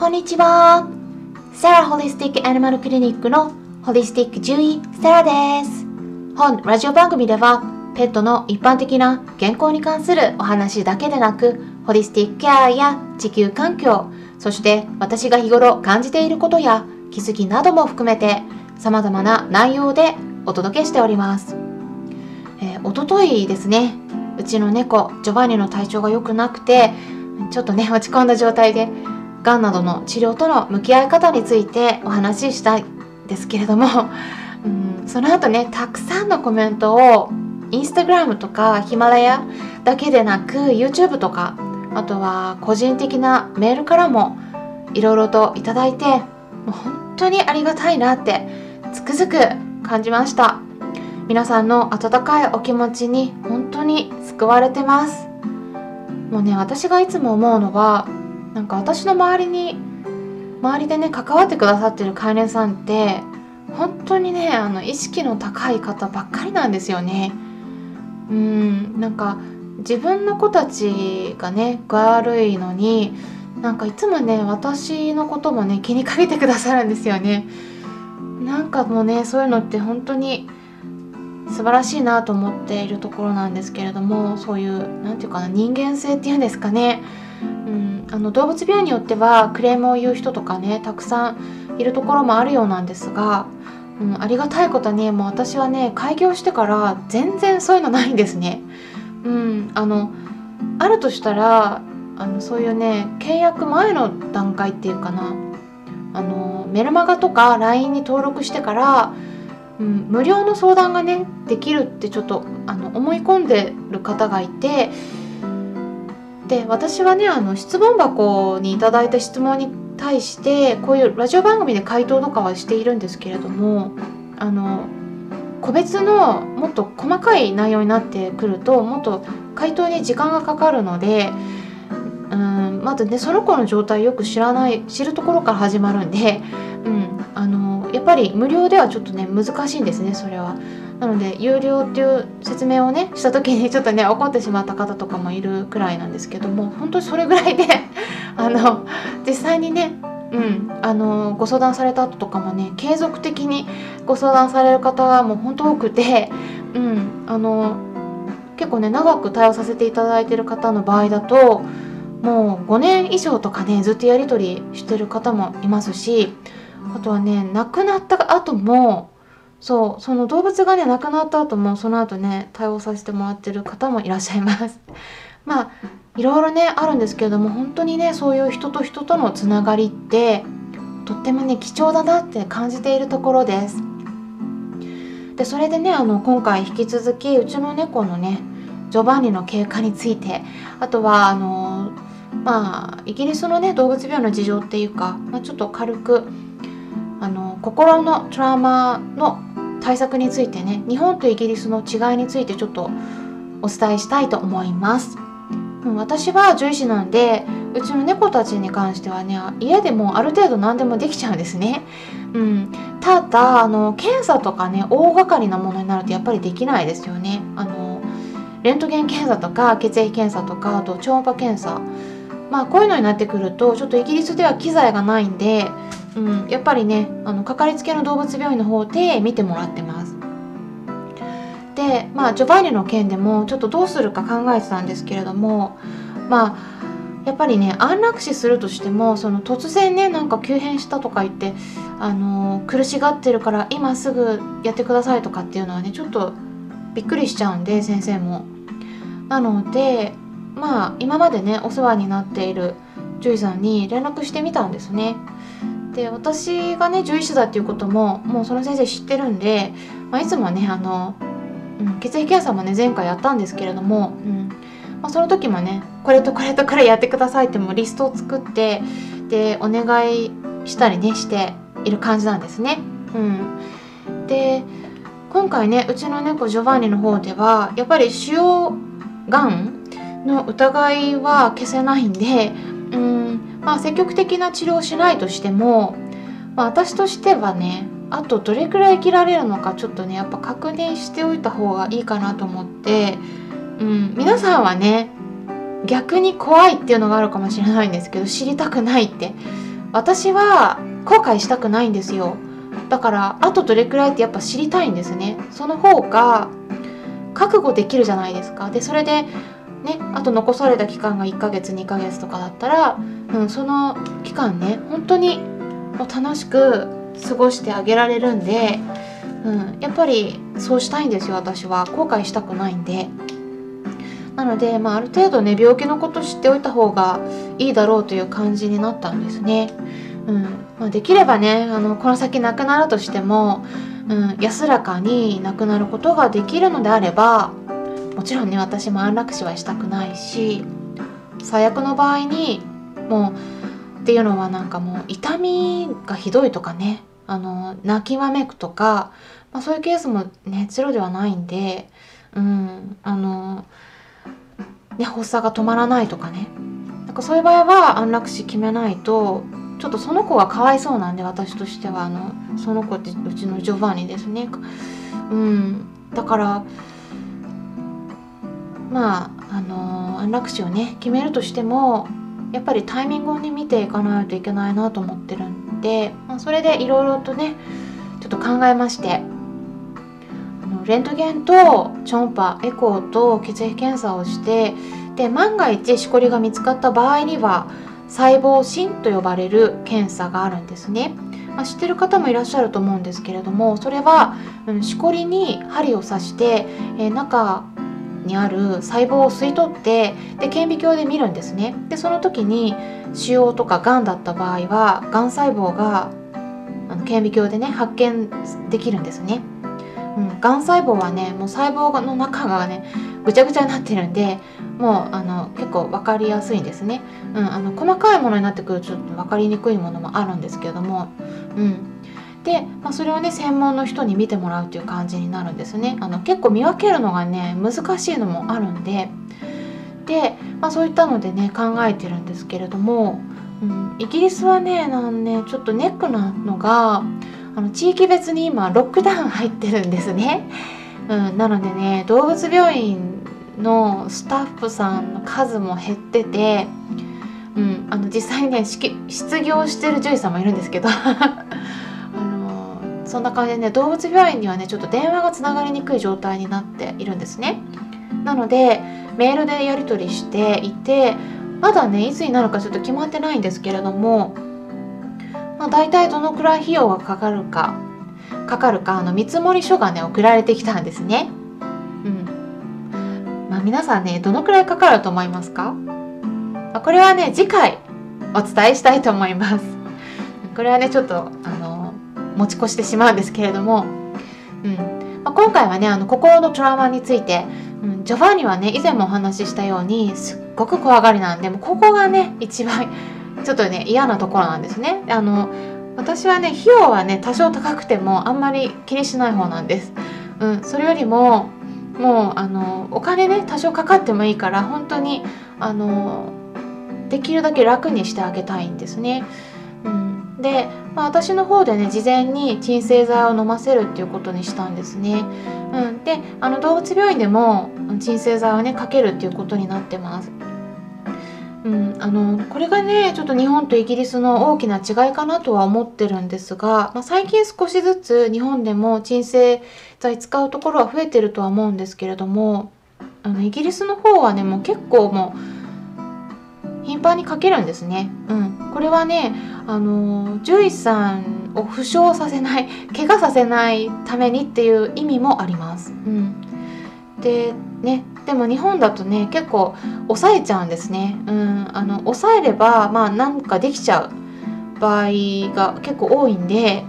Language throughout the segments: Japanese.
こんにちは。セラホリスティックアニマルクリニックのホリスティック獣医セラです。本ラジオ番組ではペットの一般的な健康に関するお話だけでなく、ホリスティックケアや地球環境、そして私が日頃感じていることや気づきなども含めて様々な内容でお届けしております。おとといですね、うちの猫ジョバンニの体調が良くなくて、ちょっとね落ち込んだ状態でがんなどの治療との向き合い方についてお話ししたいんですけれども、その後ねたくさんのコメントをインスタグラムとかヒマラヤだけでなく YouTube とか、あとは個人的なメールからもいろいろといただいて、もう本当にありがたいなってつくづく感じました。皆さんの温かいお気持ちに本当に救われてます。もうね、私がいつも思うのは、なんか私の周りでね関わってくださってる飼い主さんって本当にね意識の高い方ばっかりなんですよね。なんか自分の子たちがね具合悪いのに、なんかいつもね私のこともね気にかけてくださるんですよね。なんかもうねそういうのって本当に素晴らしいなと思っているところなんですけれども、そういうなんていうかな、人間性っていうんですかね。動物病によってはクレームを言う人とかねたくさんいるところもあるようなんですが、ありがたいことにもう私はね開業してから全然そういうのないんですね。あるとしたらそういうね契約前の段階っていうかな、メルマガとか LINE に登録してから、無料の相談がねできるってちょっと思い込んでる方がいて、で私はね質問箱にいただいた質問に対してこういうラジオ番組で回答とかはしているんですけれども、個別のもっと細かい内容になってくるともっと回答に時間がかかるので、まずねその子の状態をよく知るところから始まるんで、やっぱり無料ではちょっとね難しいんですね、それは。なので有料っていう説明をねした時にちょっとね怒ってしまった方とかもいるくらいなんですけども、本当にそれぐらいで実際にねご相談された後とかもね継続的にご相談される方がもう本当多くて、結構ね長く対応させていただいている方の場合だともう5年以上とかねずっとやり取りしてる方もいますし、あとはね亡くなった後もその動物がね亡くなった後もその後ね対応させてもらってる方もいらっしゃいます。まあいろいろねあるんですけれども、本当にねそういう人と人とのつながりってとってもね貴重だなって感じているところです。でそれでね今回引き続きうちの猫のねジョバンニの経過について、あとはイギリスのね動物病の事情っていうか、ちょっと軽く心のトラウマの対策についてね、日本とイギリスの違いについてちょっとお伝えしたいと思います。私は獣医師なんで、うちの猫たちに関してはね家でもある程度何でもできちゃうんですね。ただ検査とかね大掛かりなものになるとやっぱりできないですよね。レントゲン検査とか血液検査とか、あと超音波検査、こういうのになってくるとちょっとイギリスでは機材がないんで、やっぱりねかかりつけの動物病院の方で見てもらってます。でジョバンニの件でもちょっとどうするか考えてたんですけれども、やっぱりね安楽死するとしても突然ねなんか急変したとか言って苦しがってるから今すぐやってくださいとかっていうのはねちょっとびっくりしちゃうんで、先生も。なので今までねお世話になっている獣医さんに連絡してみたんですね。で私がね獣医師だっていうことももうその先生知ってるんで、いつもね血液検査もね前回やったんですけれども、その時もねこれとこれとこれやってくださいってもリストを作ってでお願いしたりねしている感じなんですね。で今回ねうちの猫ジョバンニの方ではやっぱり腫瘍がんの疑いは消せないんで、積極的な治療をしないとしても、私としてはねあとどれくらい生きられるのかちょっとねやっぱ確認しておいた方がいいかなと思って、皆さんはね逆に怖いっていうのがあるかもしれないんですけど、知りたくないって私は後悔したくないんですよ。だからあとどれくらいってやっぱ知りたいんですね。その方が覚悟できるじゃないですか。でそれでね、あと残された期間が1ヶ月2ヶ月とかだったら、その期間ね本当にもう楽しく過ごしてあげられるんで、やっぱりそうしたいんですよ。私は後悔したくないんで。なので、ある程度ね病気のこと知っておいた方がいいだろうという感じになったんですね。できればねこの先亡くなるとしても、安らかに亡くなることができるのであれば、もちろんね私も安楽死はしたくないし、最悪の場合にもうっていうのはなんかもう痛みがひどいとかね、泣きわめくとか、そういうケースもねゼロではないんで、発作が止まらないとかね、なんかそういう場合は安楽死決めないとちょっとその子がかわいそうなんで、私としてはその子ってうちのジョバンニですね。だから安楽死をね決めるとしてもやっぱりタイミングをね見ていかないといけないなと思ってるんで、それでいろいろとねちょっと考えまして、レントゲンと超音波エコーと血液検査をして、で万が一しこりが見つかった場合には細胞診と呼ばれる検査があるんですね。知ってる方もいらっしゃると思うんですけれども、それはしこりに針を刺して、中にある細胞を吸い取ってで顕微鏡で見るんですね。でその時に腫瘍とかがんだった場合はがん細胞が顕微鏡でね発見できるんですね。がん細胞はねもう細胞の中がねぐちゃぐちゃになってるんで、もう結構分かりやすいんですね。細かいものになってくるとちょっと分かりにくいものもあるんですけれども、で、それをね専門の人に見てもらうっていう感じになるんですね。結構見分けるのがね難しいのもあるんで、そういったのでね考えてるんですけれども、イギリスはねちょっとネックなのが地域別に今ロックダウン入ってるんですね。なのでね動物病院のスタッフさんの数も減ってて、実際にね失業してる獣医さんもいるんですけどそんな感じでね動物病院にはねちょっと電話がつながりにくい状態になっているんですね。なのでメールでやり取りしていて、まだねいつになるかちょっと決まってないんですけれども、大体どのくらい費用がかかるか見積書がね送られてきたんですね。皆さんねどのくらいかかると思いますか？これはね次回お伝えしたいと思います。これはねちょっと持ち越してしまうんですけれども、今回はね心のトラウマについて、ジョバンニはね以前もお話ししたようにすっごく怖がりなんで、もうここがね一番ちょっとね嫌なところなんですね。私はね費用はね多少高くてもあんまり気にしない方なんです。それよりももうお金ね多少かかってもいいから本当にできるだけ楽にしてあげたいんですね。で、私の方でね事前に鎮静剤を飲ませるっていうことにしたんですね。で動物病院でも鎮静剤をねかけるっていうことになってます。これがねちょっと日本とイギリスの大きな違いかなとは思ってるんですが、最近少しずつ日本でも鎮静剤使うところは増えてるとは思うんですけれども、イギリスの方はねもう結構もう頻繁にかけるんですね。これはね獣医さんを負傷させない怪我させないためにっていう意味もあります。でも日本だとね結構抑えちゃうんですね。抑えればなんかできちゃう場合が結構多いんで、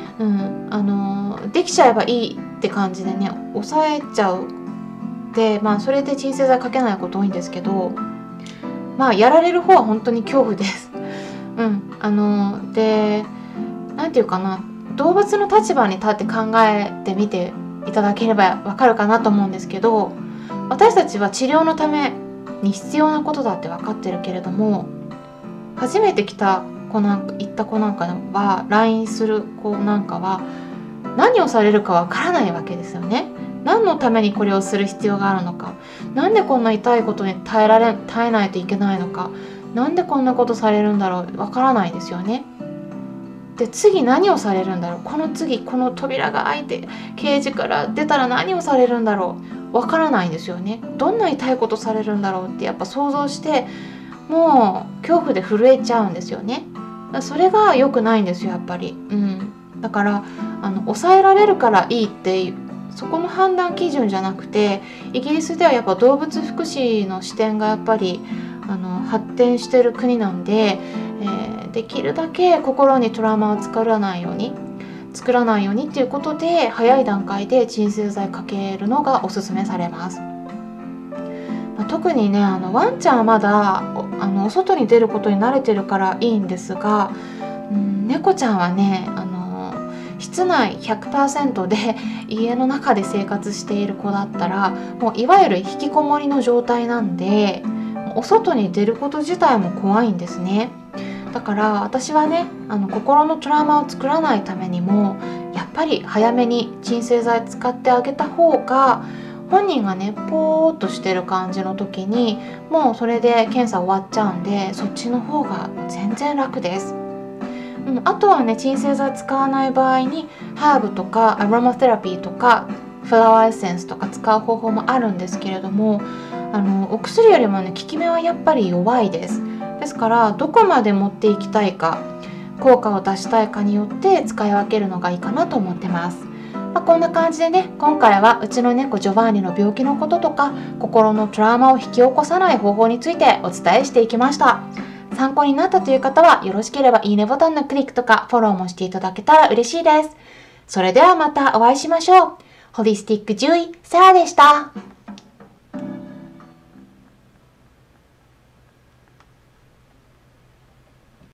できちゃえばいいって感じでね抑えちゃうで、それで鎮静剤かけないこと多いんですけど、やられる方は本当に恐怖です。でなんていうかな、動物の立場に立って考えてみていただければわかるかなと思うんですけど、私たちは治療のために必要なことだって分かってるけれども、初めて来た子なんか行った子なんかは来院する子なんかは何をされるか分からないわけですよね。何のためにこれをする必要があるのか、なんでこんな痛いことに耐えないといけないのか、なんでこんなことされるんだろう分からないですよね。 で次何をされるんだろう、この次この扉が開いてケージから出たら何をされるんだろう、わからないんですよね。どんな痛いことされるんだろうってやっぱ想像してもう恐怖で震えちゃうんですよね。それが良くないんですよやっぱり。だから抑えられるからいいっていうそこの判断基準じゃなくて、イギリスではやっぱ動物福祉の視点がやっぱり発展してる国なんで、できるだけ心にトラウマを作らないようにっていうことで早い段階で鎮静剤かけるのがおすすめされます。特にねワンちゃんはまだお外に出ることに慣れてるからいいんですが、猫ちゃんはね室内 100% で家の中で生活している子だったらもういわゆる引きこもりの状態なんで、お外に出ること自体も怖いんですね。だから私はね心のトラウマを作らないためにもやっぱり早めに鎮静剤使ってあげた方が、本人がねポーっとしてる感じの時にもうそれで検査終わっちゃうんで、そっちの方が全然楽です。あとはね鎮静剤使わない場合にハーブとかアロマセラピーとかフラワーエッセンスとか使う方法もあるんですけれども、お薬よりもね効き目はやっぱり弱いです。ですからどこまで持っていきたいか、効果を出したいかによって使い分けるのがいいかなと思ってます。こんな感じでね、今回はうちの猫ジョバーニの病気のこととか心のトラウマを引き起こさない方法についてお伝えしていきました。参考になったという方はよろしければいいねボタンのクリックとかフォローもしていただけたら嬉しいです。それではまたお会いしましょう。ホリスティック獣医サラでした。